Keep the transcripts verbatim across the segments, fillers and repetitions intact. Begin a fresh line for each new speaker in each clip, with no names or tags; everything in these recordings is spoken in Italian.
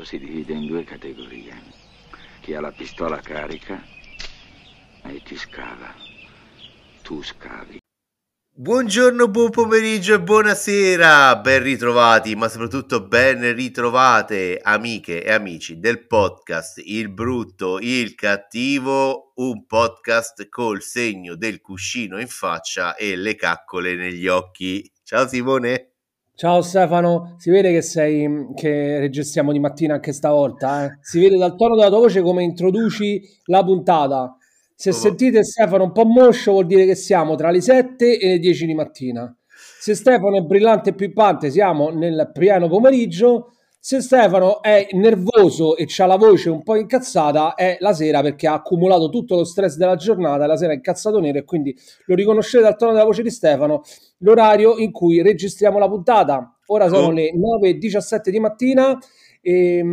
mondo si divide in due categorie. Chi ha la pistola carica e chi scava. Tu scavi.
Buongiorno, buon pomeriggio e buonasera, ben ritrovati, ma soprattutto ben ritrovate amiche e amici del podcast Il Brutto, il Cattivo, un podcast col segno del cuscino in faccia e le caccole negli occhi. Ciao Simone.
Ciao Stefano, si vede che sei che registriamo di mattina anche stavolta, eh? Si vede dal tono della tua voce come introduci la puntata. Se
Oh.
sentite Stefano un po' moscio vuol dire che siamo tra le sette e le dieci di mattina. Se Stefano è brillante e pimpante siamo nel pieno pomeriggio. Se Stefano è nervoso e ha la voce un po' incazzata è la sera perché ha accumulato tutto lo stress della giornata, la sera è incazzato nero e quindi lo riconoscete dal tono della voce di Stefano, l'orario in cui registriamo la puntata. Ora sono
Oh.
le nove e diciassette di mattina e,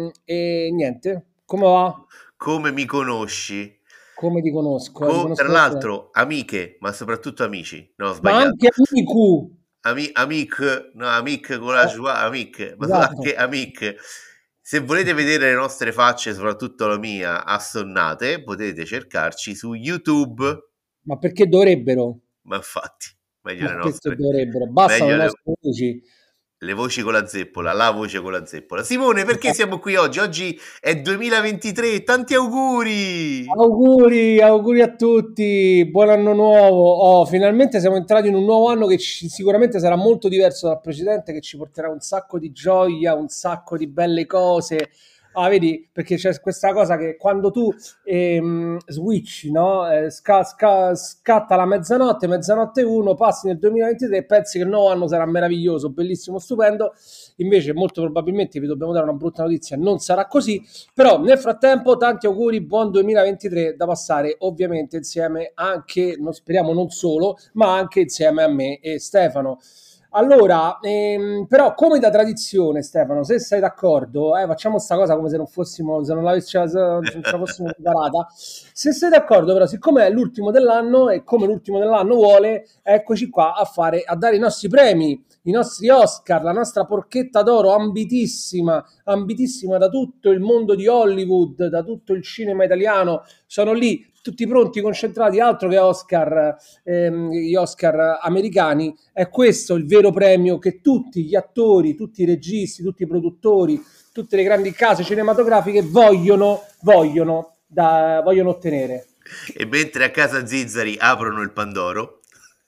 e niente, come va?
Come mi conosci?
Come ti conosco? eh, ti
Co-
conosco
tra
molto bene.
l'altro, amiche, ma soprattutto amici. No, ho
Ma
sbagliato.
anche amico.
Ami- amic, no, amic con la joie, amic, ma sono
Esatto.
anche amic. Se volete vedere le nostre facce, soprattutto la mia, assonnate, potete cercarci su YouTube.
Ma perché dovrebbero?
Ma infatti, meglio le
Ma perché
nostre,
dovrebbero? Bastano
meglio
i
le,
nostri amici.
le voci con la zeppola, la voce con la zeppola. Simone, perché siamo qui oggi? Oggi è duemilaventitré, tanti auguri!
Auguri, auguri a tutti, buon anno nuovo. Oh, finalmente siamo entrati in un nuovo anno che ci- sicuramente sarà molto diverso dal precedente, che ci porterà un sacco di gioia, un sacco di belle cose. Ah, vedi, perché c'è questa cosa che quando tu ehm, switchi, no? Eh, sca- sca- scatta la mezzanotte, mezzanotte uno, passi nel duemilaventitré e pensi che il nuovo anno sarà meraviglioso, bellissimo, stupendo. Invece, molto probabilmente vi dobbiamo dare una brutta notizia, non sarà così. Però nel frattempo tanti auguri, buon duemilaventitré da passare ovviamente insieme anche, non speriamo non solo, ma anche insieme a me e Stefano. Allora, ehm, però come da tradizione Stefano, se sei d'accordo, eh, facciamo sta cosa come se non fossimo, se non l'avessi, se non ce la fossimo preparata. Se sei d'accordo però, siccome è l'ultimo dell'anno e come l'ultimo dell'anno vuole, eccoci qua a fare, a dare i nostri premi, i nostri Oscar, la nostra porchetta d'oro ambitissima, ambitissima da tutto il mondo di Hollywood, da tutto il cinema italiano, sono lì tutti pronti, concentrati, altro che Oscar, ehm, gli Oscar americani. È questo il vero premio che tutti gli attori, tutti i registi, tutti i produttori, tutte le grandi case cinematografiche vogliono, vogliono, da, vogliono ottenere.
E mentre a casa Zizzari aprono il Pandoro,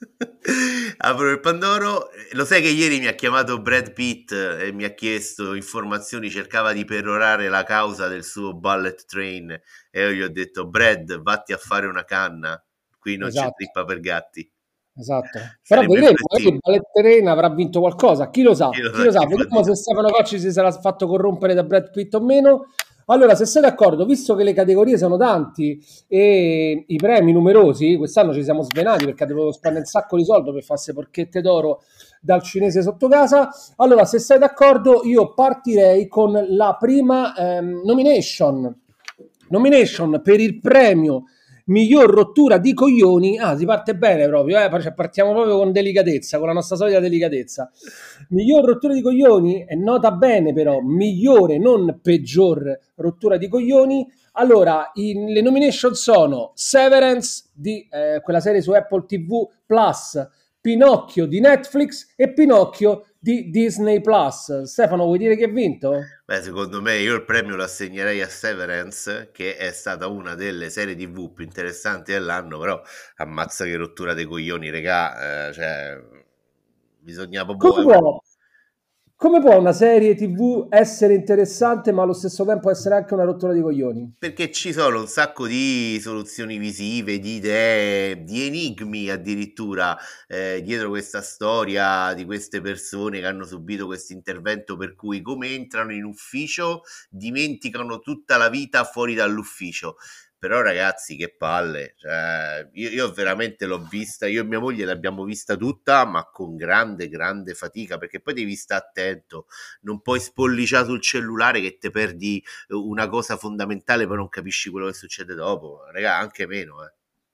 aprono il Pandoro, lo sai che ieri mi ha chiamato Brad Pitt e mi ha chiesto informazioni, cercava di perorare la causa del suo bullet train e io gli ho detto: Brad, vatti a fare una canna, qui non c'è
Esatto.
trippa per gatti.
Esatto, però
Sarebbe
vedremo,
più
magari il Ballet Terrain avrà vinto qualcosa, chi lo sa,
Chi lo
chi
sa,
lo sa,
chi lo
vediamo
sa.
se Stefano Cocci si sarà fatto corrompere da Brad Pitt o meno. Allora, se sei d'accordo, visto che le categorie sono tanti e i premi numerosi, quest'anno ci siamo svenati perché dovevo spendere un sacco di soldi per fare queste porchette d'oro dal cinese sotto casa, allora se sei d'accordo io partirei con la prima ehm, nomination, nomination per il premio miglior rottura di coglioni. Ah, si parte bene proprio, eh? Cioè, partiamo proprio con delicatezza, con la nostra solita delicatezza. Miglior rottura di coglioni, e nota bene però, migliore, non peggior rottura di coglioni. Allora, in, le nomination sono Severance di eh, quella serie su Apple T V Plus, Pinocchio di Netflix e Pinocchio di Disney Plus. Stefano, vuoi dire che ha vinto?
Beh, secondo me io il premio lo assegnerei a Severance, che è stata una delle serie T V più interessanti dell'anno, però ammazza che rottura dei coglioni, regà, eh, cioè bisogna proprio...
Come può, come può una serie T V essere interessante ma allo stesso tempo essere anche una rottura di coglioni?
Perché ci sono un sacco di soluzioni visive, di idee, di enigmi addirittura eh, dietro questa storia di queste persone che hanno subito questo intervento per cui come entrano in ufficio dimenticano tutta la vita fuori dall'ufficio. Però ragazzi, che palle, cioè, io, io veramente l'ho vista, io e mia moglie l'abbiamo vista tutta, ma con grande, grande fatica, perché poi devi stare attento, non puoi spolliciare sul cellulare che te perdi una cosa fondamentale, poi non capisci quello che succede dopo, raga, anche meno, eh.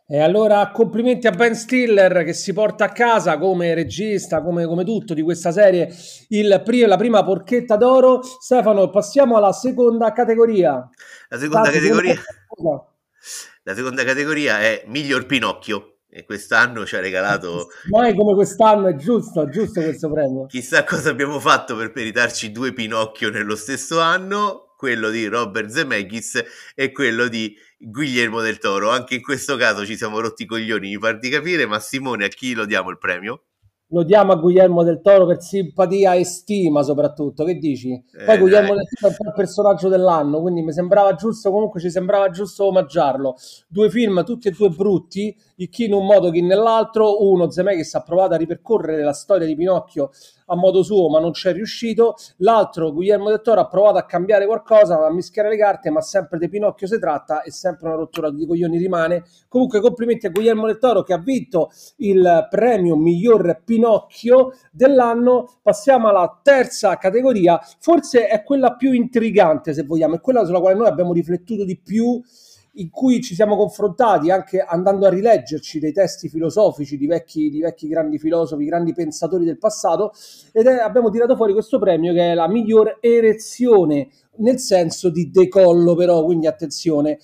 E allora complimenti a Ben Stiller che si porta a casa come regista, come, come tutto di questa serie, il pri- la prima porchetta d'oro. Stefano, passiamo alla seconda categoria.
La seconda
Anzi, seconda
categoria,
categoria.
la seconda categoria è miglior Pinocchio e quest'anno ci ha regalato
Mai come quest'anno, è giusto, è giusto questo premio.
chissà cosa abbiamo fatto per meritarci due Pinocchio nello stesso anno, quello di Robert Zemeckis e quello di Guillermo del Toro. Anche in questo caso ci siamo rotti i coglioni di farti capire, ma Simone, a chi lo diamo il premio?
Lo diamo a Guillermo del Toro per simpatia e stima soprattutto, che dici? Poi
Eh, dai.
Guillermo del Toro è un po' il personaggio dell'anno, quindi mi sembrava giusto, comunque ci sembrava giusto omaggiarlo. Due film, tutti e due brutti, chi in un modo, chi nell'altro. Uno, Zemeckis ha provato a ripercorrere la storia di Pinocchio a modo suo, ma non c'è riuscito. L'altro, Guillermo del Toro, ha provato a cambiare qualcosa, a mischiare le carte, ma sempre di Pinocchio si tratta e sempre una rottura di coglioni rimane. Comunque complimenti a Guillermo del Toro che ha vinto il premio miglior Pinocchio dell'anno. Passiamo alla terza categoria, forse è quella più intrigante se vogliamo, è quella sulla quale noi abbiamo riflettuto di più, in cui ci siamo confrontati anche andando a rileggerci dei testi filosofici di vecchi, di vecchi grandi filosofi, grandi pensatori del passato, ed è, abbiamo tirato fuori questo premio che è la miglior erezione, nel senso di decollo però, quindi attenzione.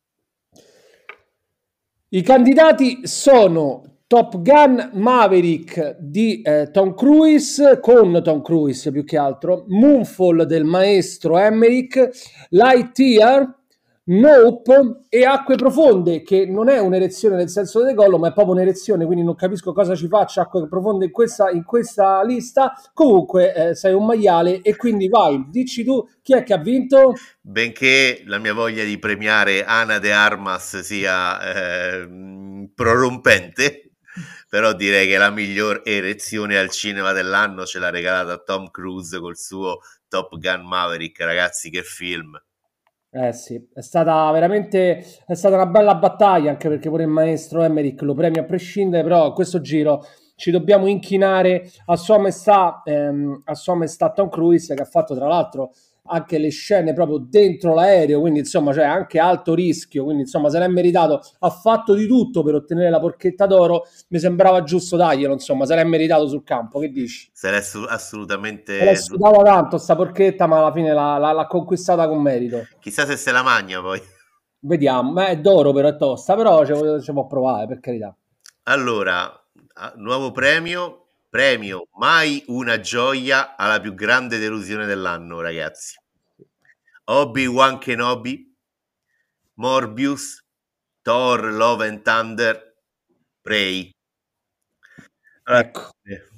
I candidati sono Top Gun Maverick di eh, Tom Cruise, con Tom Cruise più che altro, Moonfall del maestro Emmerich, Lightyear, Nope e Acque Profonde, che non è un'erezione nel senso del decollo, ma è proprio un'erezione, quindi non capisco cosa ci faccia Acque Profonde in questa, in questa lista. Comunque eh, sei un maiale e quindi vai, dici tu chi è che ha vinto?
Benché la mia voglia di premiare Ana de Armas sia eh, prorompente, però direi che la miglior erezione al cinema dell'anno ce l'ha regalata Tom Cruise col suo Top Gun Maverick. Ragazzi, che film!
Eh sì, è stata veramente è stata una bella battaglia, anche perché pure il maestro Emmerich lo premia a prescindere, però a questo giro ci dobbiamo inchinare a Sua Maestà, ehm, a Sua Maestà Tom Cruise, che ha fatto tra l'altro anche le scene proprio dentro l'aereo, quindi insomma c'è anche alto rischio, quindi insomma se l'è meritato, ha fatto di tutto per ottenere la porchetta d'oro, mi sembrava giusto darglielo, insomma se l'è meritato sul campo, che dici?
Se l'è su-
Se l'è
assolutamente...
sudata tanto sta porchetta, ma alla fine l'ha, l'ha- l'ha conquistata con merito.
Chissà se se la magna poi.
Vediamo, ma è d'oro però è tosta, però ci, ci può provare, per carità.
Allora, a- nuovo premio, premio Mai una gioia alla più grande delusione dell'anno, ragazzi. Obi-Wan Kenobi, Morbius, Thor, Love and Thunder, Prey. Allora,
Ecco,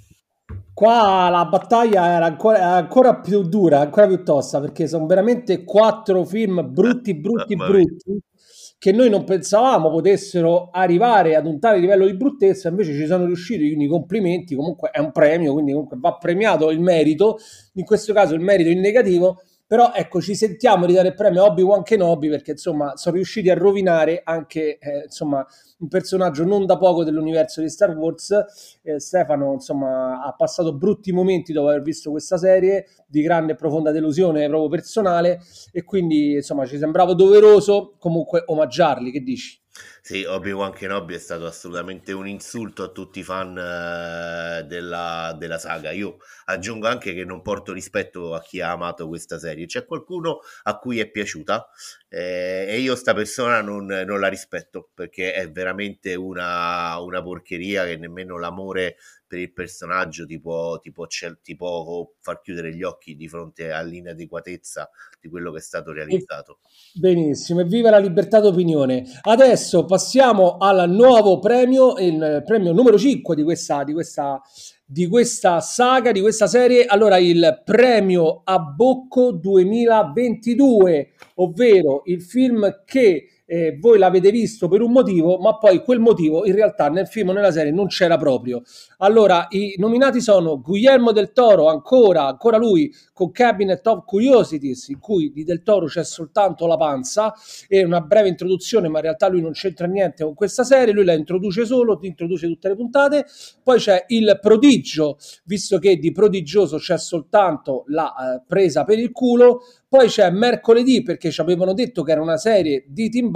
qua la battaglia era ancora, ancora più dura, ancora più tosta, perché sono veramente quattro film brutti, brutti,
mamma mia.
brutti, che noi non pensavamo potessero arrivare ad un tale livello di bruttezza, invece ci sono riusciti, quindi complimenti, comunque è un premio, quindi comunque va premiato il merito, in questo caso il merito in negativo, però ecco, ci sentiamo di dare il premio a Obi-Wan Kenobi perché insomma sono riusciti a rovinare anche eh, insomma un personaggio non da poco dell'universo di Star Wars. Eh, Stefano insomma ha passato brutti momenti dopo aver visto questa serie, di grande e profonda delusione proprio personale, e quindi insomma ci sembrava doveroso comunque omaggiarli, che dici?
Sì, Obi-Wan Kenobi è stato assolutamente un insulto a tutti i fan eh, della, della saga. Io aggiungo anche che non porto rispetto a chi ha amato questa serie. C'è qualcuno a cui è piaciuta eh, e io sta persona non, non la rispetto perché è veramente una, una porcheria che nemmeno l'amore per il personaggio ti può, ti, può, ti può far chiudere gli occhi di fronte all'inadeguatezza di quello che è stato realizzato.
Benissimo, e viva la libertà d'opinione. Adesso passiamo al nuovo premio, il premio numero cinque di questa, di questa, di questa saga, di questa serie. Allora, il premio Abbocco duemilaventidue, ovvero il film che eh, voi l'avete visto per un motivo, ma poi quel motivo in realtà nel film o nella serie non c'era proprio. Allora, i nominati sono Guillermo del Toro, ancora, ancora lui, con Cabinet of Curiosities, in cui di Del Toro c'è soltanto la panza e una breve introduzione, ma in realtà lui non c'entra niente con questa serie, lui la introduce solo, ti introduce tutte le puntate. Poi c'è Il Prodigio, visto che di prodigioso c'è soltanto la eh, presa per il culo. Poi c'è Mercoledì, perché ci avevano detto che era una serie di Tim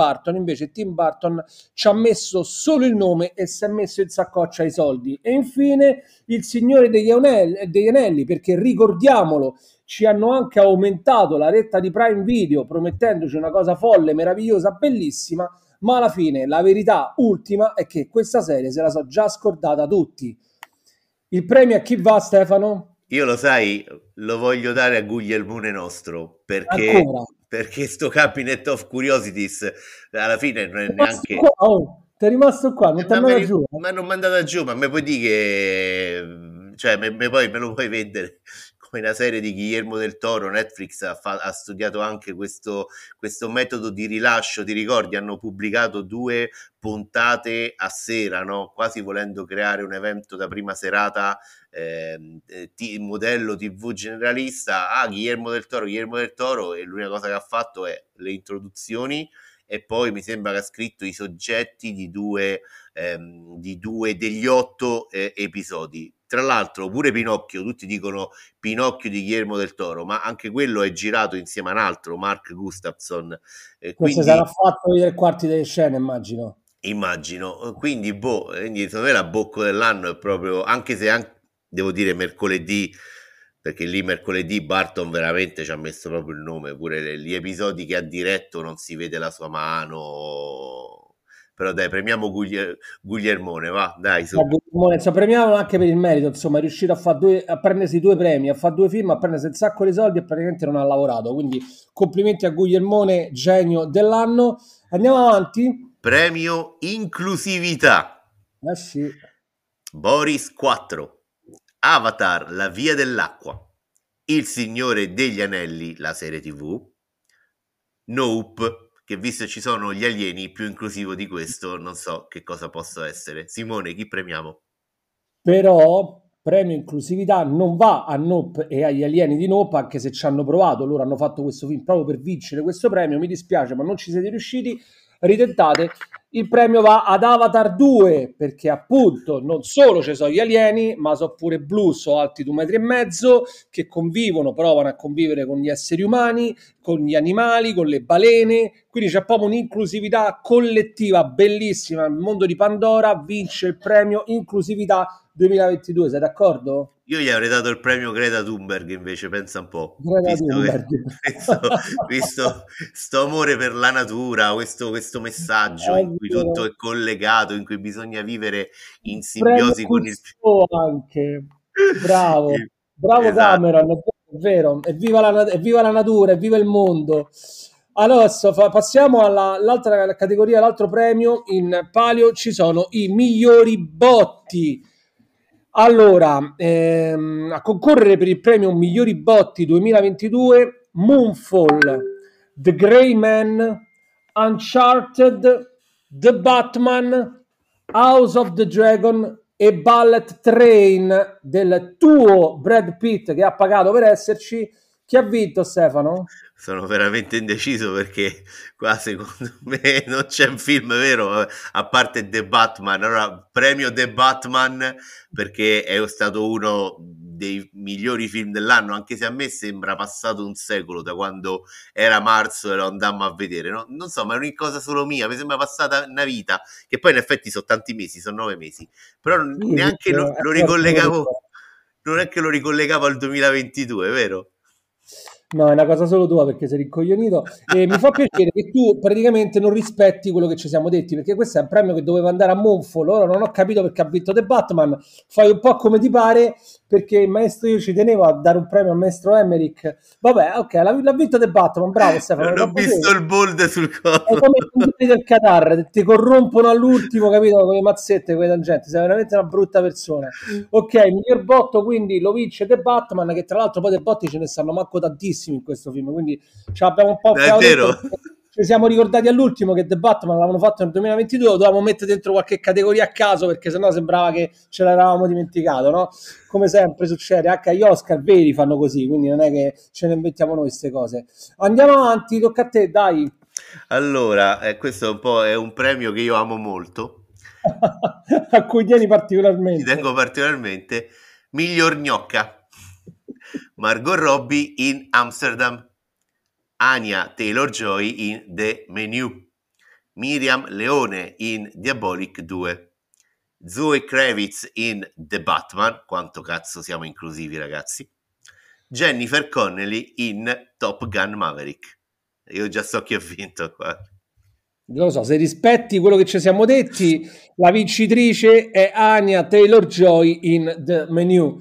Burton. Invece Tim Burton ci ha messo solo il nome e si è messo in saccoccia i soldi. E infine Il Signore degli Anelli, degli Anelli, perché ricordiamolo, ci hanno anche aumentato la retta di Prime Video promettendoci una cosa folle, meravigliosa, bellissima, ma alla fine la verità ultima è che questa serie se la so già scordata tutti. Il premio a chi va, Stefano?
Io lo sai, lo voglio dare a Guglielmone nostro, perché,
Ancora?
perché sto Cabinet of Curiosities alla fine non è
Ti è rimasto
neanche...
qua? Oh, ti è rimasto qua, non
Eh,
ti è
ma
andato
me,
giù?
ma non mandata giù, ma me puoi dire che, cioè, me, me poi me lo puoi vendere come una serie di Guillermo del Toro. Netflix ha, fa- ha studiato anche questo, questo metodo di rilascio, ti ricordi? Hanno pubblicato due puntate a sera, no? Quasi volendo creare un evento da prima serata, eh, t- modello tivù generalista. Ah, Guillermo del Toro, Guillermo del Toro, e l'unica cosa che ha fatto è le introduzioni, e poi mi sembra che ha scritto i soggetti di due, ehm, di due degli otto eh, episodi. Tra l'altro pure Pinocchio, tutti dicono Pinocchio di Guillermo del Toro, ma anche quello è girato insieme a un altro, Mark Gustafson, eh,
Che si
quindi
sarà fatto i tre quarti delle scene, immagino.
immagino, quindi boh, quindi secondo me la bocco dell'anno è proprio, anche se anche, devo dire mercoledì, perché lì mercoledì Barton veramente ci ha messo proprio il nome, pure le- gli episodi che ha diretto non si vede la sua mano, però dai, premiamo Guglie- Guglielmone, va, dai, su.
La Guillermo, insomma, premiavano anche per il merito, insomma, è riuscito a, fare due, a prendersi due premi, a fare due film, a prendersi un sacco di soldi e praticamente non ha lavorato. Quindi complimenti a Guglielmone, genio dell'anno. Andiamo avanti.
Premio inclusività.
Eh sì.
Boris quattro, Avatar, la via dell'acqua, Il Signore degli Anelli, la serie tivù, Nope, che visto ci sono gli alieni, più inclusivo di questo non so che cosa possa essere. Simone, chi premiamo?
Però premio inclusività non va a Nope e agli alieni di Nope, anche se ci hanno provato, loro hanno fatto questo film proprio per vincere questo premio, mi dispiace ma non ci siete riusciti, ritentate. Il premio va ad Avatar due, perché appunto non solo ci sono gli alieni, ma so pure blu, so alti due metri e mezzo, che convivono, provano a convivere con gli esseri umani, con gli animali, con le balene, quindi c'è proprio un'inclusività collettiva bellissima. Il mondo di Pandora vince il premio inclusività duemilaventidue, sei d'accordo?
Io gli avrei dato il premio Greta Thunberg invece, pensa un po',
Greta
visto che
Thunberg.
visto, visto sto amore per la natura, questo, questo messaggio
È
in cui tutto
vero.
è collegato, in cui bisogna vivere in
Premio
simbiosi con il...
Cousteau anche. Bravo,
il-
bravo
Esatto.
Cameron, è vero, evviva la, nat- evviva la natura, evviva il mondo. Adesso fa- passiamo alla- all'altra categoria, l'altro premio. In palio ci sono i migliori botti. Allora, ehm, a concorrere per il premio Migliori Botti duemilaventidue, Moonfall, The Gray Man, Uncharted, The Batman, House of the Dragon e Bullet Train del tuo Brad Pitt che ha pagato per esserci. Chi ha vinto, Stefano?
Sono veramente indeciso perché qua secondo me non c'è un film vero, eh, a parte The Batman. Allora, premio The Batman perché è stato uno dei migliori film dell'anno, anche se a me sembra passato un secolo da quando era marzo e lo andammo a vedere. No? Non so, ma è una cosa solo mia, mi sembra passata una vita, che poi in effetti sono tanti mesi, sono nove mesi, però
Sì,
neanche lo,
è
lo
forse vero.
ricollegavo, non è che lo ricollegavo al duemilaventidue, vero?
No, è una cosa solo tua perché sei rincoglionito e mi fa piacere che tu praticamente non rispetti quello che ci siamo detti, perché questo è un premio che doveva andare a Monfort. Ora non ho capito perché ha vinto The Batman, fai un po' come ti pare, perché il maestro, io ci tenevo a dare un premio al maestro Emmerich. Vabbè, ok, l'ha, l'ha vinto The Batman, bravo Stefano,
Non
mi
ho
fa
visto
piacere.
il bold sul
È
coso.
come i mondiali del Qatar, ti corrompono all'ultimo, capito? Con le mazzette, con le tangenti, sei veramente una brutta persona. Ok, miglior botto quindi lo vince The Batman, che tra l'altro poi dei botti ce ne stanno manco tantissimi in questo film, quindi ce l'abbiamo un po'
È
fregato dentro
vero?
perché ci siamo ricordati all'ultimo che The Batman l'avevano fatto nel duemilaventidue, lo dovevamo mettere dentro qualche categoria a caso perché sennò sembrava che ce l'eravamo dimenticato, no? Come sempre succede, anche agli Oscar veri fanno così, quindi non è che ce ne inventiamo noi queste cose. Andiamo avanti, tocca a te, dai.
Allora, eh, questo è un po' è un premio che io amo molto,
A cui tieni
ci
particolarmente.
tengo particolarmente. Miglior gnocca, Margot Robbie in Amsterdam, Anya Taylor-Joy in The Menu, Miriam Leone in Diabolic due, Zoe Kravitz in The Batman, quanto cazzo siamo inclusivi ragazzi, Jennifer Connelly in Top Gun Maverick. Io già so chi ha vinto qua.
Non lo so, se rispetti quello che ci siamo detti, la vincitrice è Anya Taylor-Joy in The Menu.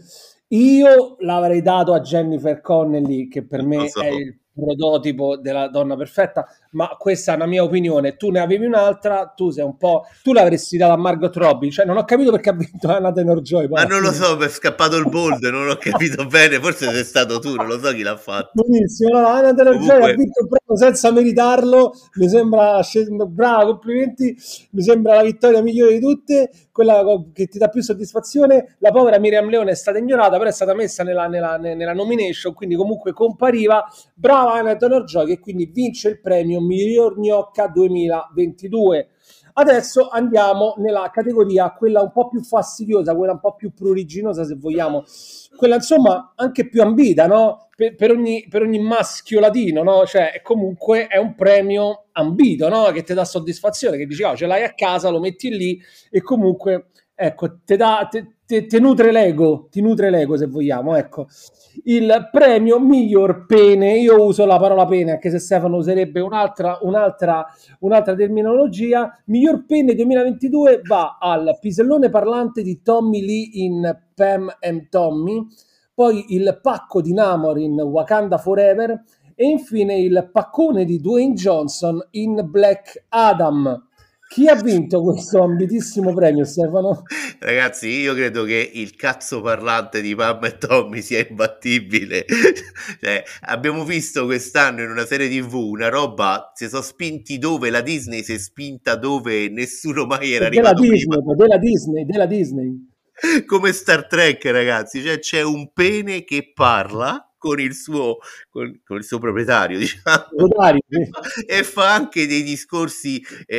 Io l'avrei dato a Jennifer Connelly, che per
Lo
me
so.
è il prototipo della donna perfetta, ma questa è una mia opinione. Tu ne avevi un'altra, tu sei un po'... Tu l'avresti data a Margot Robbie, cioè non ho capito perché ha vinto Anya Taylor-Joy. poi
Ma
alla
non lo
fine.
so, mi è scappato il bold, non ho capito bene, forse sei stato tu, non lo so chi l'ha fatto.
Benissimo, no, Anya Taylor-Joy ha
Comunque,
vinto il premio senza meritarlo, mi sembra scendo- brava, complimenti, mi sembra la vittoria migliore di tutte, quella co- che ti dà più soddisfazione. La povera Miriam Leone è stata ignorata, però è stata messa nella, nella- ne- nella nomination, quindi comunque compariva. Brava Anya Taylor-Joy, che quindi vince il premio Miglior Gnocca duemilaventidue. Adesso andiamo nella categoria, quella un po' più fastidiosa, quella un po' più pruriginosa, se vogliamo, quella insomma anche più ambita, no? Per, per ogni, per ogni maschio latino, no? Cioè, comunque è un premio ambito, no? Che ti dà soddisfazione, che dici, oh, ce l'hai a casa, lo metti lì e comunque, ecco, te, dà, te, te, te nutre l'ego, ti nutre l'ego se vogliamo, ecco. Il premio miglior pene, io uso la parola pene, anche se Stefano userebbe un'altra, un'altra, un'altra terminologia. Miglior pene duemilaventidue va al pisellone parlante di Tommy Lee in Pam and Tommy, poi il pacco di Namor in Wakanda Forever e infine il paccone di Dwayne Johnson in Black Adam. Chi ha vinto questo ambitissimo premio, Stefano?
ragazzi, io credo che il cazzo parlante di Pam e Tommy sia imbattibile. Cioè, abbiamo visto quest'anno in una serie tivù una roba, si sono spinti dove la Disney si è spinta dove nessuno mai era
Della
arrivato prima.
Disney, della Disney, della Disney.
Come Star Trek, ragazzi, cioè c'è un pene che parla con il suo, con, con il suo proprietario, diciamo,
Rotario,
e
sì.
fa, e fa anche dei discorsi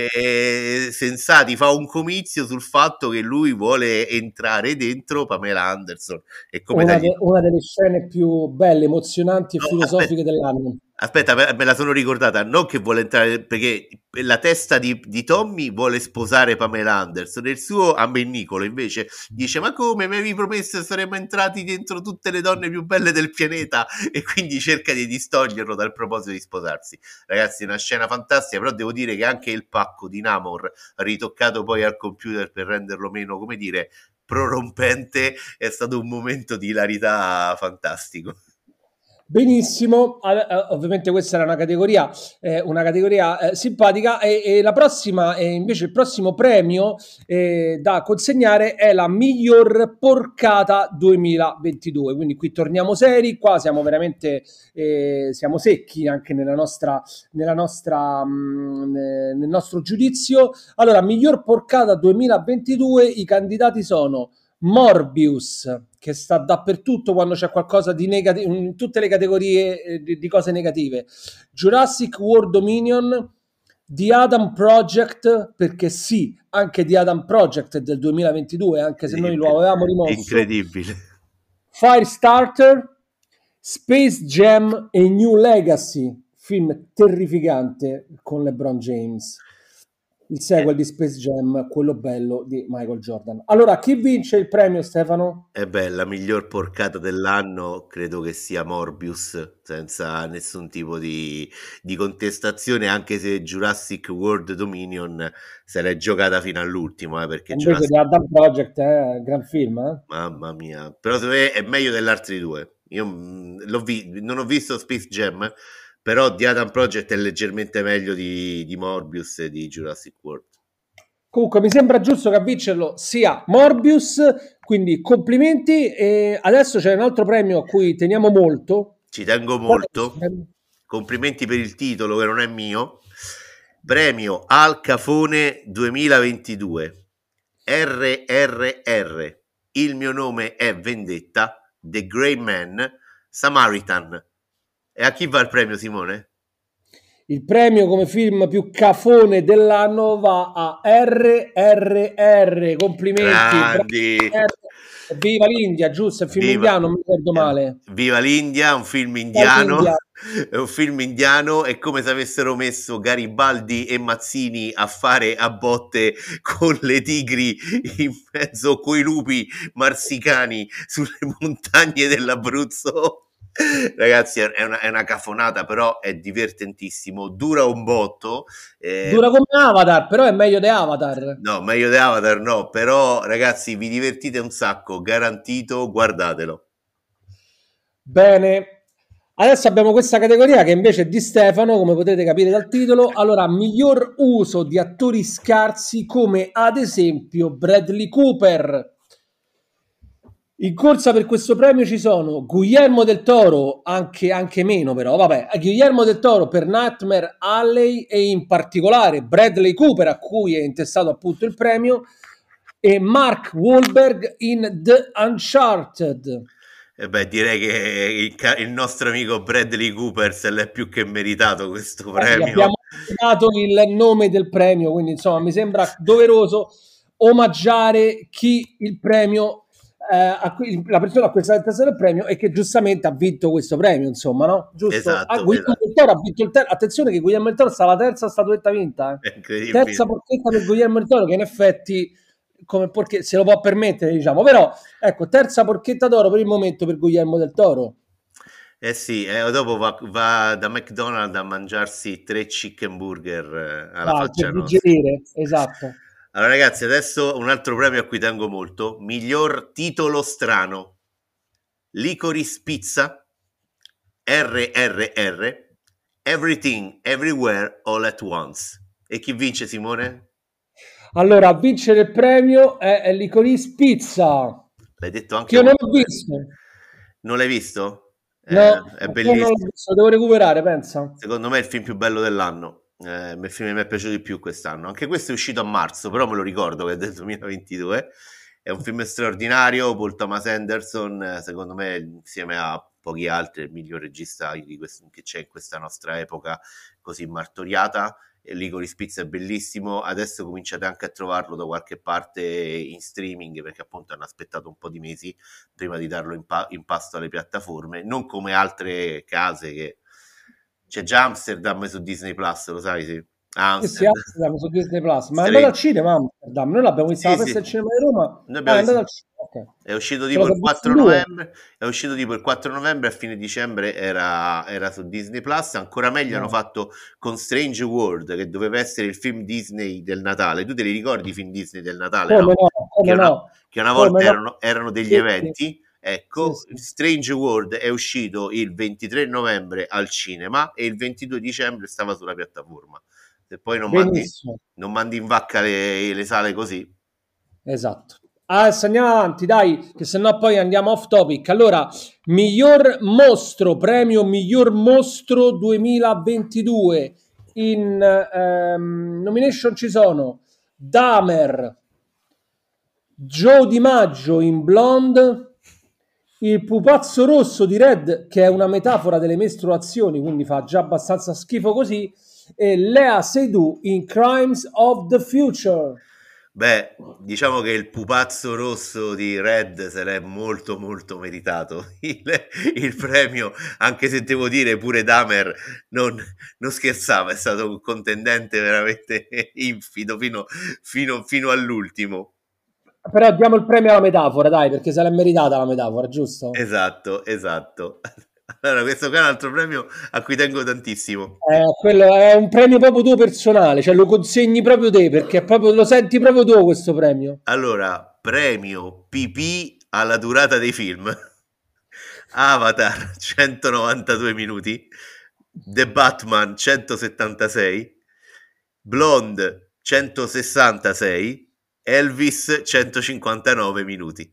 eh, sensati, fa un comizio sul fatto che lui vuole entrare dentro Pamela Anderson e come
Una,
dargli...
de- una delle scene più belle, emozionanti e
No, aspetta,
filosofiche dell'anno.
aspetta, me me la sono ricordata. Non che vuole entrare, perché la testa di, di Tommy vuole sposare Pamela Anderson, e il suo ammennicolo invece dice: Ma come mi avevi promesso che saremmo entrati dentro tutte le donne più belle del pianeta? E quindi cerca di distoglierlo dal proposito di sposarsi. Ragazzi, è una scena fantastica, però devo dire che anche il pacco di Namor, ritoccato poi al computer per renderlo meno, come dire, prorompente, è stato un momento di ilarità fantastico.
Benissimo, Al- eh, ovviamente questa era una categoria, eh, una categoria eh, simpatica e, e la prossima, eh, invece il prossimo premio eh, da consegnare è la miglior porcata duemilaventidue, quindi qui torniamo seri, qua siamo veramente, eh, siamo secchi anche nella nostra, nella nostra, mh, nel nostro giudizio. Allora, miglior porcata duemilaventidue, i candidati sono Morbius, che sta dappertutto quando c'è qualcosa di negativo, in tutte le categorie eh, di, di cose negative. Jurassic World Dominion, The Adam Project, perché sì, anche The Adam Project è del duemilaventidue, anche se noi lo avevamo rimosso.
Incredibile.
Firestarter, Space Jam e New Legacy, film terrificante con LeBron James. Il sequel di Space Jam, quello bello di Michael Jordan. Allora, chi vince il premio, Stefano?
E beh, la miglior porcata dell'anno credo che sia Morbius, senza nessun tipo di, di contestazione, anche se Jurassic World Dominion se l'è giocata fino all'ultimo, eh, perché
Invece di
Jurassic...
Adam Project, eh, gran film, eh?
Mamma mia, però secondo me è meglio degli altri due. Io mm, l'ho vi- non ho visto Space Jam, però The Adam Project è leggermente meglio di, di Morbius e di Jurassic World.
Comunque mi sembra giusto che a vincerlo sia Morbius, quindi complimenti. E adesso c'è un altro premio a cui teniamo molto.
Ci tengo
Qual è questo
molto,
premio?
complimenti per il titolo che non è mio. Premio Al Capone duemilaventidue, R R R, Il mio nome è Vendetta, The Grey Man, Samaritan. E a chi va il premio, Simone?
Il premio come film più cafone dell'anno va a R R R. Complimenti.
Grandi.
Viva l'India, giusto? È un film
Viva,
indiano, non mi ricordo male.
Viva l'India, un film indiano. È un film indiano, è come se avessero messo Garibaldi e Mazzini a fare a botte con le tigri in mezzo coi lupi marsicani sulle montagne dell'Abruzzo. Ragazzi, è una, è una cafonata, però è divertentissimo, dura un botto. Eh...
Dura come Avatar, però è meglio di Avatar.
No, meglio di Avatar no, però ragazzi vi divertite un sacco, garantito, guardatelo.
Bene, adesso abbiamo questa categoria che invece è di Stefano, come potete capire dal titolo. Allora, miglior uso di attori scarsi come ad esempio Bradley Cooper. In corsa per questo premio ci sono Guillermo del Toro, anche, anche meno però, vabbè, Guillermo del Toro per Nightmare Alley e in particolare Bradley Cooper, a cui è intestato appunto il premio, e Mark Wahlberg in The Uncharted.
E beh, direi che il, il nostro amico Bradley Cooper se l'è più che meritato questo premio.
Eh, abbiamo dato il nome del premio, quindi insomma mi sembra doveroso omaggiare chi il premio... Eh, a cui, la persona a cui è stato intestato il premio e che giustamente ha vinto questo premio, insomma, no? Giusto?
Esatto,
ah, Guillermo
esatto.
del Toro ha vinto il ter- attenzione che Guillermo del Toro sta alla terza statuetta vinta, eh? Terza porchetta per Guillermo del Toro, che in effetti come perché se lo può permettere, diciamo, però ecco, terza porchetta d'oro per il momento per Guillermo del Toro.
Eh sì, eh, dopo va, va da McDonald's a mangiarsi tre chicken burger alla
ah,
faccia
per
nostra.
digerire, esatto.
Allora ragazzi, adesso un altro premio a cui tengo molto, miglior titolo strano, Licorice Pizza, R R R, Everything Everywhere All at Once. E chi vince, Simone?
Allora, a vincere il premio è, è Licorice Pizza.
L'hai detto anche
che io non l'ho visto.
Non l'hai visto?
No,
eh, è bellissimo.
Non l'ho visto, devo recuperare, pensa.
Secondo me è il film più bello dell'anno. Eh, il film mi è piaciuto di più quest'anno. Anche questo è uscito a marzo, però me lo ricordo che è del duemilaventidue. È un film straordinario. Paul Thomas Anderson, secondo me, insieme a pochi altri, è il miglior regista di questo, che c'è in questa nostra epoca così martoriata. Licorice Pizza è bellissimo. Adesso cominciate anche a trovarlo da qualche parte in streaming, perché appunto hanno aspettato un po' di mesi prima di darlo in, pa- in pasto alle piattaforme, non come altre case che c'è già Amsterdam su Disney Plus, lo sai? Sì,
Amsterdam, sì, Amsterdam su Disney Plus, ma è
Strange.
andato al cinema Amsterdam, noi l'abbiamo vista alla
sì,
festa
sì.
del cinema di Roma.
Noi
Ah, è andato al cinema. Okay.
È uscito tipo il quattro novembre, è uscito tipo il quattro novembre, a fine dicembre era, era su Disney Plus. Ancora meglio no. Hanno fatto con Strange World, che doveva essere il film Disney del Natale. Tu te li ricordi i film Disney del Natale?
Come
no?
no, come
che, una,
no.
che una volta
come
erano,
no.
erano degli
sì,
eventi.
Sì.
Ecco,
sì, sì.
Strange World è uscito il ventitré novembre al cinema e il ventidue dicembre stava sulla piattaforma. Se poi non, mandi, non mandi in vacca le, le sale così.
Esatto. Adesso andiamo avanti, dai, che sennò poi andiamo off topic. Allora, miglior mostro, premio miglior mostro duemilaventidue. In ehm, nomination ci sono Dahmer, Joe DiMaggio in Blonde, il pupazzo rosso di Red, che è una metafora delle mestruazioni, quindi fa già abbastanza schifo così, e Lea Seydoux in Crimes of the Future.
Beh, diciamo che il pupazzo rosso di Red se l'è molto molto meritato il, il premio, anche se devo dire pure Dahmer non, non scherzava, è stato un contendente veramente infido fino, fino, fino all'ultimo.
Però diamo il premio alla metafora, dai, perché se l'è meritata la metafora, giusto?
Esatto, esatto. Allora, questo qua è un altro premio a cui tengo tantissimo.
Eh, quello è un premio proprio tuo personale, cioè lo consegni proprio te, perché proprio, lo senti proprio tu questo premio.
Allora, premio P P alla durata dei film. Avatar centonovantadue minuti, The Batman centosettantasei, Blonde centosessantasei, Elvis centocinquantanove minuti.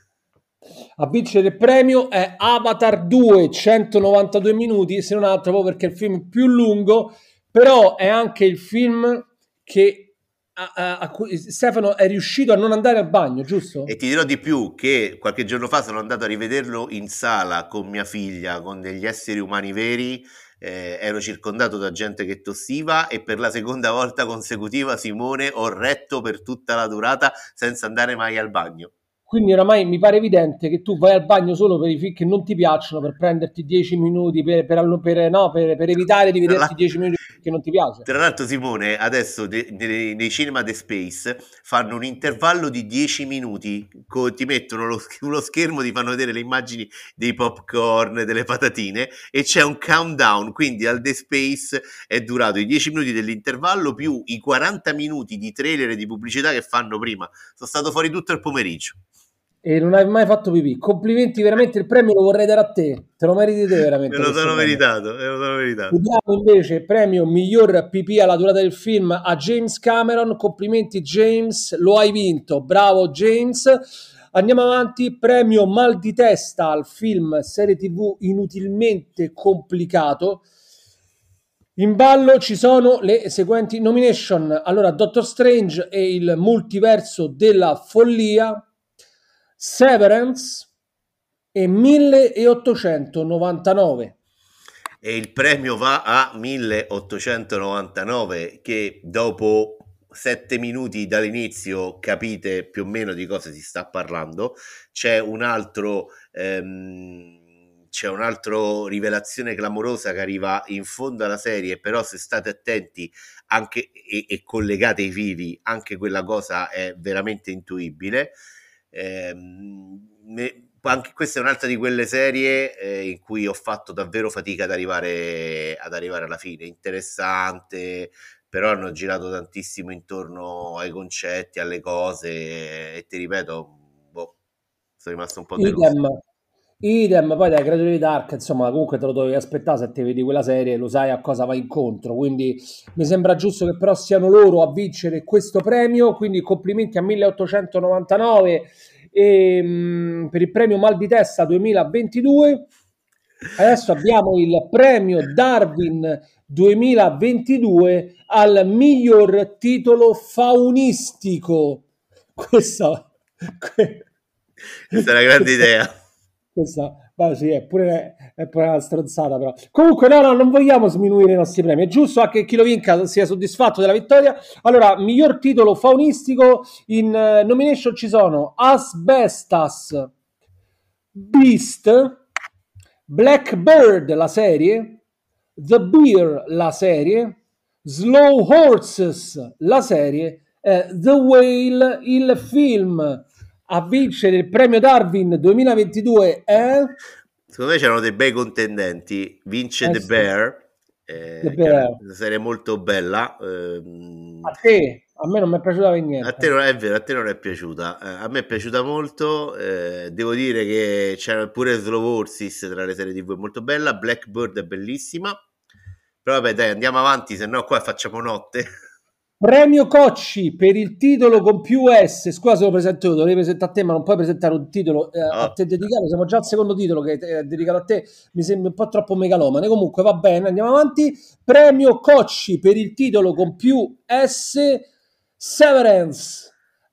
A vincere il premio è Avatar due, centonovantadue minuti, se non altro proprio perché è il film più lungo, però è anche il film che a, a, a cui Stefano è riuscito a non andare al bagno, giusto?
E ti dirò di più che qualche giorno fa sono andato a rivederlo in sala con mia figlia, con degli esseri umani veri, eh, ero circondato da gente che tossiva e per la seconda volta consecutiva, Simone, ho retto per tutta la durata senza andare mai al bagno.
Quindi oramai mi pare evidente che tu vai al bagno solo per i film che non ti piacciono, per prenderti dieci minuti, per, per, per, no, per, per evitare di vederti dieci minuti che non ti piace.
Tra l'altro, Simone, adesso de, de, nei cinema The Space fanno un intervallo di dieci minuti, co- ti mettono lo, uno schermo, ti fanno vedere le immagini dei popcorn, delle patatine e c'è un countdown, quindi al The Space è durato i dieci minuti dell'intervallo più i quaranta minuti di trailer e di pubblicità che fanno prima. Sono stato fuori tutto il pomeriggio.
E non hai mai fatto pipì. Complimenti, veramente il premio lo vorrei dare a te. Te lo meriti te veramente.
Me lo sono meritato, me lo sono meritato.
Diamo invece il premio miglior pipì alla durata del film a James Cameron. Complimenti James, lo hai vinto. Bravo James. Andiamo avanti. Premio mal di testa al film serie tv inutilmente complicato. In ballo ci sono le seguenti nomination. Allora, Doctor Strange e il multiverso della follia, Severance e milleottocentonovantanove.
E il premio va a milleottocentonovantanove, che dopo sette minuti dall'inizio capite più o meno di cosa si sta parlando. C'è un altro ehm, c'è un altro rivelazione clamorosa che arriva in fondo alla serie, però se state attenti anche e, e collegate i fili, anche quella cosa è veramente intuibile. Eh, me, anche questa è un'altra di quelle serie eh, in cui ho fatto davvero fatica ad arrivare ad arrivare alla fine. Interessante, però hanno girato tantissimo intorno ai concetti, alle cose, e ti ripeto, boh, sono rimasto un po' deluso.
Idem, idem, poi dai creatori di Dark, insomma, comunque te lo dovevi aspettare se te vedi quella serie, lo sai a cosa va incontro, quindi mi sembra giusto che però siano loro a vincere questo premio, quindi complimenti a milleottocentonovantanove e, mh, per il premio Mal di Testa duemilaventidue. Adesso abbiamo il premio Darwin duemilaventidue al miglior titolo faunistico. Questa, que-
Questa è una grande
questa-
idea.
Questa, ma sì, è pure, è pure una stronzata, però. Comunque, no, no, non vogliamo sminuire i nostri premi. È giusto anche che chi lo vinca sia soddisfatto della vittoria. Allora, miglior titolo faunistico in uh, nomination ci sono Asbestas, Beast, Blackbird, la serie, The Bear, la serie, Slow Horses, la serie, eh, The Whale, il film. A vincere il premio Darwin duemilaventidue è...
Secondo me c'erano dei bei contendenti. Vince
Eh
The
sì.
Bear, eh,
The
che
Bear.
è una serie molto bella. ehm,
A te, a me non mi è piaciuta per niente.
A te non è vero, a te non è piaciuta. Eh, a me è piaciuta molto. eh, devo dire che c'era pure Slow Horses tra le serie tv, è molto bella. Blackbird è bellissima. Però vabbè, dai, andiamo avanti, se no qua facciamo notte.
Premio Cocci per il titolo con più S. Scusa se lo presento io, lo devi presentare a te, ma non puoi presentare un titolo eh, a
Oh.
te dedicato. Siamo già al secondo titolo che è dedicato a te. Mi sembra un po' troppo megalomane. Comunque va bene, andiamo avanti. Premio Cocci per il titolo con più S. Severance,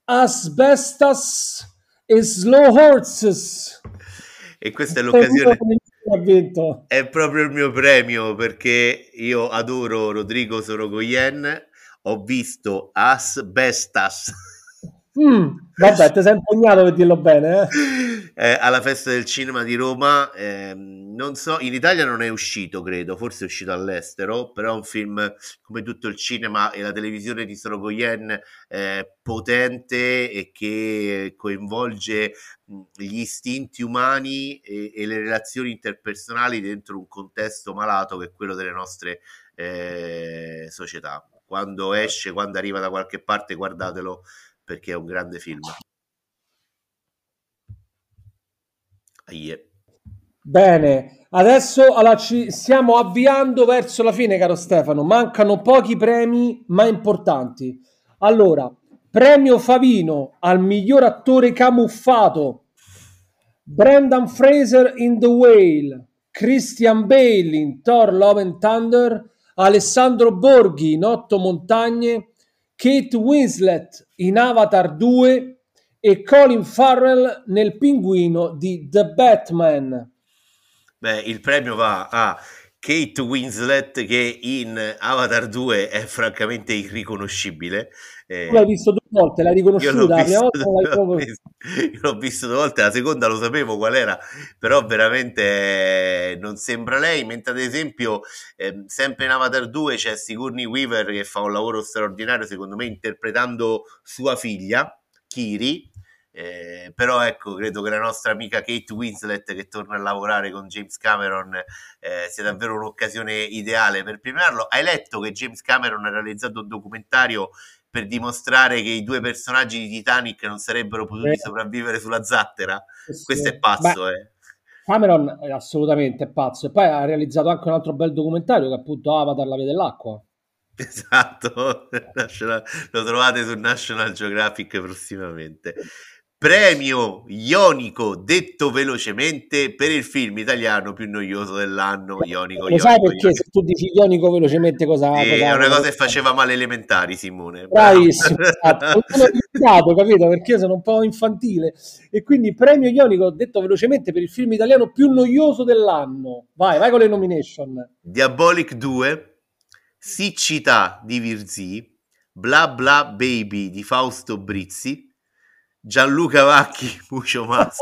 Asbestas e Slow Horses.
E questa è l'occasione.
Ha vinto.
È proprio il mio premio, perché io adoro Rodrigo Sorogoyen. Ho visto Asbestas
Mm, vabbè, ti sei impegnato per dirlo bene, eh?
eh, alla Festa del Cinema di Roma. ehm, non so, in Italia non è uscito, credo, forse è uscito all'estero, però è un film, come tutto il cinema e la televisione di Sorogoyen, eh, potente e che coinvolge mh, gli istinti umani e, e le relazioni interpersonali dentro un contesto malato che è quello delle nostre eh, società. Quando esce, quando arriva da qualche parte, guardatelo, perché è un grande film. Aie.
Bene, adesso allora, ci stiamo avviando verso la fine, caro Stefano. Mancano pochi premi, ma importanti. Allora, premio Favino al miglior attore camuffato. Brendan Fraser in The Whale, Christian Bale in Thor Love and Thunder, Alessandro Borghi in Otto Montagne, Kate Winslet in Avatar due e Colin Farrell nel Pinguino di The Batman.
Beh, il premio va a Kate Winslet, che in Avatar due è francamente irriconoscibile. Eh,
tu l'hai visto due volte, l'hai riconosciuta, la prima volta non l'hai
l'ho visto, io l'ho visto due volte, la seconda lo sapevo qual era, però veramente eh, non sembra lei, mentre ad esempio eh, sempre in Avatar due c'è Sigourney Weaver che fa un lavoro straordinario secondo me interpretando sua figlia, Kiri. Eh, però ecco, credo che la nostra amica Kate Winslet, che torna a lavorare con James Cameron, eh, sia davvero un'occasione ideale per premiarlo. Hai letto che James Cameron ha realizzato un documentario per dimostrare che i due personaggi di Titanic non sarebbero potuti
eh,
sopravvivere sulla zattera?
sì.
Questo è pazzo.
Beh,
eh.
Cameron è assolutamente pazzo, e poi ha realizzato anche un altro bel documentario che è appunto Avatar, la via dell'acqua.
Esatto, lo trovate su National Geographic prossimamente. Premio Ionico, detto velocemente, per il film italiano più noioso dell'anno. Ionico,
Lo
Ionico,
sai perché
Ionico.
Se tu dici Ionico velocemente cosa,
Sì,
cosa
è una
cosa
cosa che faceva male elementari, Simone.
Bravissimo, esatto. Non l'ho ricordato, capito? Perché io sono un po' infantile. E quindi premio Ionico, detto velocemente, per il film italiano più noioso dell'anno. Vai, vai con le nomination.
Diabolic due, Siccità di Virzì, Bla Bla Baby di Fausto Brizzi, Gianluca Vacchi, Mucio Mas.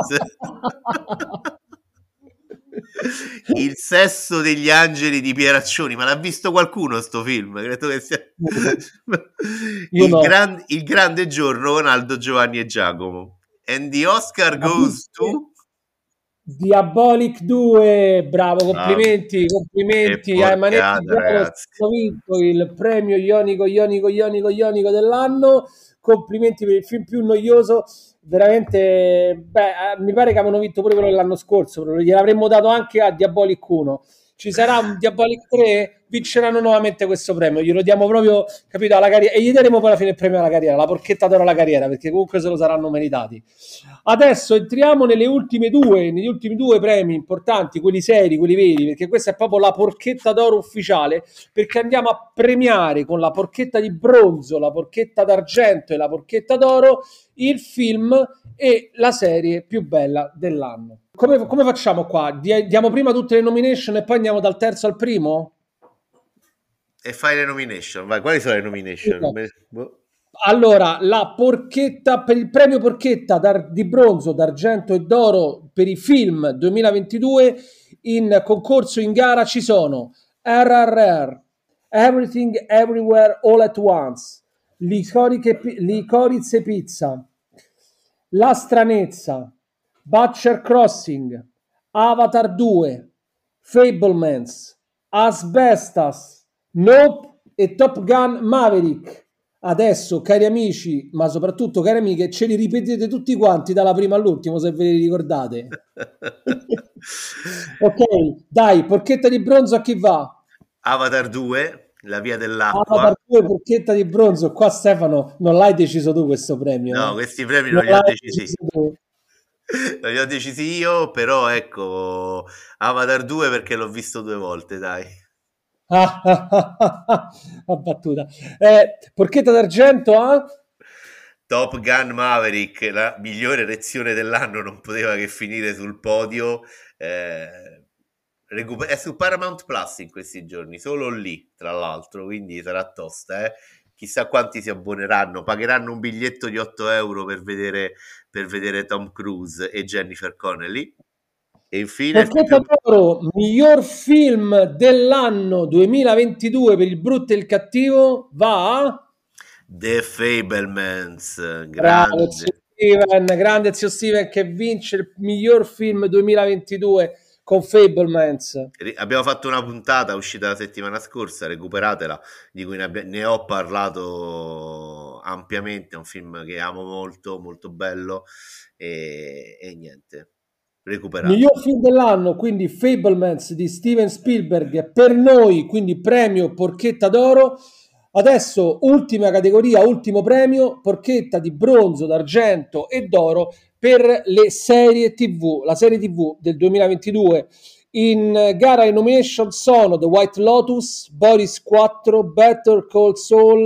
Il sesso degli angeli di Pieraccioni. Ma l'ha visto qualcuno sto film? Credo che sia
Io
il,
no.
gran, il grande giorno con Aldo, Giovanni e Giacomo. And the Oscar goes to
Diabolic due. Bravo, complimenti,
ah,
complimenti ai Manetti.
ragazzi.
Hanno vinto il premio Ionico, Ionico, Ionico, Ionico dell'anno. Complimenti per il film più noioso. Veramente, beh, mi pare che avevano vinto pure quello dell'anno scorso. Gliel'avremmo dato anche a Diabolic uno. Ci sarà un Diabolic tre, vinceranno nuovamente questo premio. Glielo diamo proprio, capito, alla carriera. E gli daremo poi alla fine il premio alla carriera, la porchetta d'oro alla carriera, perché comunque se lo saranno meritati. Adesso entriamo nelle ultime due, negli ultimi due premi importanti, quelli seri, quelli veri, perché questa è proprio la porchetta d'oro ufficiale, perché andiamo a premiare con la porchetta di bronzo, la porchetta d'argento e la porchetta d'oro il film e la serie più bella dell'anno. Come, come facciamo qua? Diamo prima tutte le nomination e poi andiamo dal terzo al primo?
E fai le nomination, vai. Quali sono le nomination?
No.
Boh.
Allora, la porchetta per il premio porchetta d'ar- di bronzo, d'argento e d'oro per i film duemilaventidue in concorso in gara ci sono R R R, Everything Everywhere All at Once, Licoriche, Licorice Pizza, La Stranezza, Butcher Crossing, Avatar due, Fablemans, Asbestas, Nope e Top Gun Maverick. Adesso, cari amici, ma soprattutto cari amiche, ce li ripetete tutti quanti dalla prima all'ultimo, se ve li ricordate. Ok, dai, porchetta di bronzo a chi va?
Avatar due, La via dell'acqua.
Avatar due, porchetta di bronzo. Qua Stefano, non l'hai deciso tu questo premio?
No,
eh?
questi premi
non
non li ho decisi.
tu.
Non li ho decisi io, però ecco, Avatar due perché l'ho visto due volte, dai.
Ah, ah, ah, ah, ah, battuta. Eh, porchetta d'argento a
Top Gun Maverick, la migliore erezione dell'anno, non poteva che finire sul podio. Eh, recuper- è su Paramount Plus in questi giorni, solo lì, tra l'altro, quindi sarà tosta, eh. Chissà quanti si abboneranno, pagheranno un biglietto di otto euro per vedere, per vedere Tom Cruise e Jennifer Connelly. E infine
porchetta d'oro, miglior film dell'anno duemilaventidue per il brutto e il cattivo va a
The Fablemans,
bravo
grande.
zio Steven, grande zio Steven che vince il miglior film duemilaventidue con Fablemans.
Abbiamo fatto una puntata uscita la settimana scorsa, recuperatela, di cui ne, abbia, ne ho parlato ampiamente. È un film che amo molto, molto bello e, e niente, recuperato.
Miglior film dell'anno, quindi Fablemans di Steven Spielberg per noi, quindi premio porchetta d'oro. Adesso ultima categoria, ultimo premio, porchetta di bronzo, d'argento e d'oro per le serie tivù. La serie tivù del duemilaventidue in gara in nomination sono The White Lotus, Boris quattro, Better Call Saul,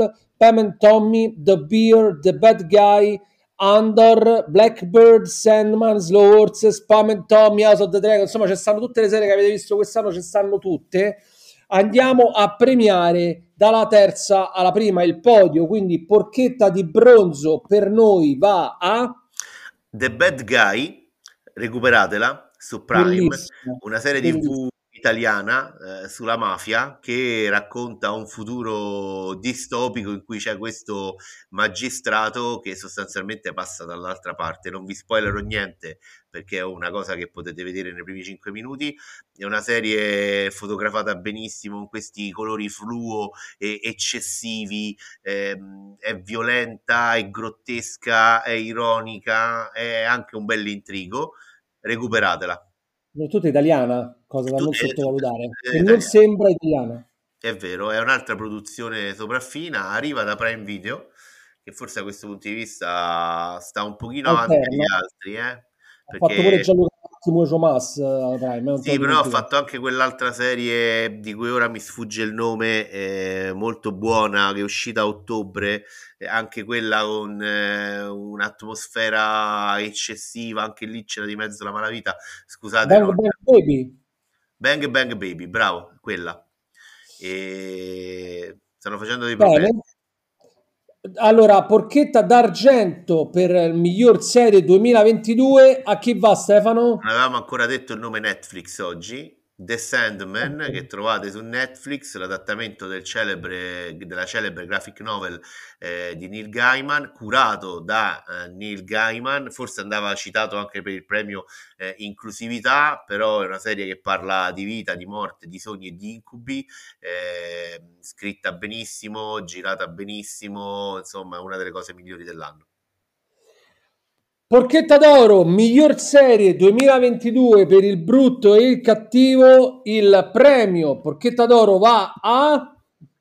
Pam and Tommy, The Bear, The Bad Guy, Andor, Blackbird, Sandman, Slow Horses, Pam and Tommy, House of the Dragon, insomma ci stanno tutte le serie che avete visto quest'anno, ci stanno tutte. Andiamo a premiare dalla terza alla prima il podio, quindi porchetta di bronzo per noi va a
The Bad Guy, recuperatela su Prime,
bellissima,
una serie
bellissima.
tivù italiana eh, sulla mafia che racconta un futuro distopico in cui c'è questo magistrato che sostanzialmente passa dall'altra parte. Non vi spoilerò niente perché è una cosa che potete vedere nei primi cinque minuti. È una serie fotografata benissimo con questi colori fluo e eccessivi, ehm, è violenta, è grottesca, è ironica, è anche un bell'intrigo. Recuperatela.
Soprattutto italiana, cosa da non
Tutte, tutte,
sottovalutare,
tutte
e non
italiane.
sembra italiana.
È vero, è un'altra produzione sopraffina, arriva da Prime Video, che forse da questo punto di vista sta un pochino avanti agli
Alterna,
altri, eh?
ha fatto pure
Perché
Gianluca Massimo Mas alla Prime, eh, non te lo
sì, però ha
dimenticare.
fatto anche quell'altra serie di cui ora mi sfugge il nome, eh, molto buona, che è uscita a ottobre, eh, anche quella con eh, un'atmosfera eccessiva, anche lì c'era di mezzo la malavita. Scusate,
Bang
non...
Bang Baby.
Bang Bang Baby, bravo, quella. E stanno facendo dei
Bene.
progressi.
Allora, porchetta d'argento per il miglior serie duemilaventidue, a chi va Stefano?
Non avevamo ancora detto il nome Netflix oggi. The Sandman,
Ok.
che trovate su Netflix, l'adattamento del celebre, della celebre graphic novel eh, di Neil Gaiman, curato da eh, Neil Gaiman, forse andava citato anche per il premio eh, inclusività, però è una serie che parla di vita, di morte, di sogni e di incubi, eh, scritta benissimo, girata benissimo, insomma è una delle cose migliori dell'anno.
Porchetta d'oro, miglior serie duemilaventidue per il brutto e il cattivo, il premio Porchetta d'oro va a...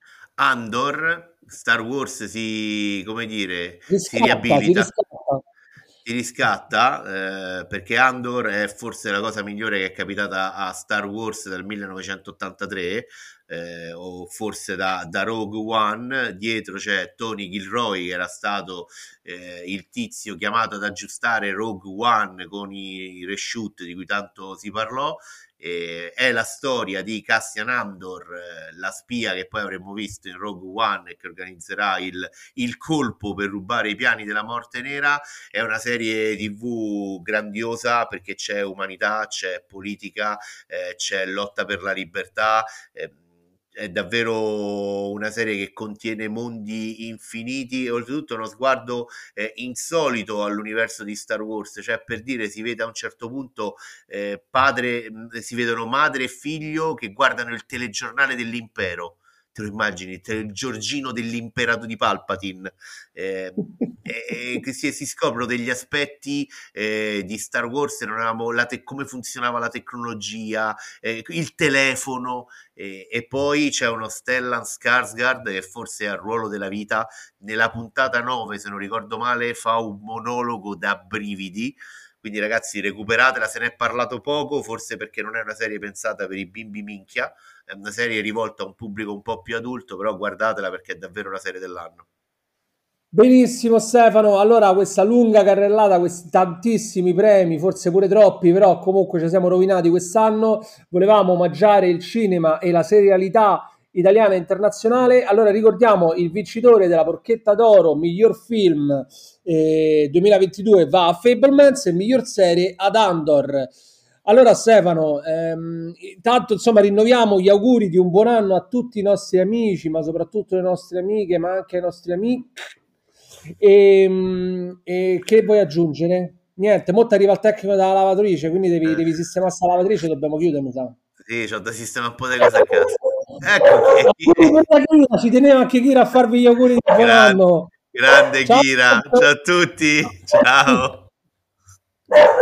Andor, Star Wars si, come dire, si
Riscatta, si
riabilita,
riscatta.
si riscatta, eh, perché Andor è forse la cosa migliore che è capitata a Star Wars dal millenovecentottantatré, eh, o forse da, da Rogue One. Dietro c'è Tony Gilroy, che era stato eh, il tizio chiamato ad aggiustare Rogue One con i, i reshoot di cui tanto si parlò. Eh, è la storia di Cassian Andor, eh, la spia che poi avremmo visto in Rogue One e che organizzerà il, il colpo per rubare i piani della Morte Nera. È una serie tivù grandiosa perché c'è umanità, c'è politica, eh, c'è lotta per la libertà. Eh, è davvero una serie che contiene mondi infiniti e oltretutto uno sguardo eh, insolito all'universo di Star Wars, cioè per dire si vede a un certo punto eh, padre, si vedono madre e figlio che guardano il telegiornale dell'impero. Te lo immagini, il Giorgino dell'imperato di Palpatine, eh, e che si, si scoprono degli aspetti eh, di Star Wars, non avevamo la te- come funzionava la tecnologia, eh, il telefono, eh, e poi c'è uno Stellan Skarsgård che forse ha il ruolo della vita. Nella puntata nove, se non ricordo male, fa un monologo da brividi. Quindi ragazzi, recuperatela, se ne è parlato poco, forse perché non è una serie pensata per i bimbi minchia, è una serie rivolta a un pubblico un po' più adulto, però guardatela perché è davvero la serie dell'anno.
Benissimo Stefano, allora questa lunga carrellata, questi tantissimi premi, forse pure troppi, però comunque ci siamo rovinati quest'anno, volevamo omaggiare il cinema e la serialità italiana e internazionale. Allora ricordiamo il vincitore della Porchetta d'Oro, miglior film eh, duemilaventidue va a Fablemans e miglior serie ad Andor. Allora Stefano, ehm, intanto insomma rinnoviamo gli auguri di un buon anno a tutti i nostri amici, ma soprattutto le nostre amiche, ma anche ai nostri amici. E, e che vuoi aggiungere? Niente, mo' ti arriva il tecnico della lavatrice, quindi devi,
Eh,
devi sistemare sta lavatrice, dobbiamo chiudere, mi sa.
sì, c'ho da sistemare un po' di cose a casa. Ecco che...
Auguri per la Kira, ci teneva anche Kira a farvi gli auguri di buon
grande,
anno.
grande
Ciao.
Kira, ciao a tutti, ciao.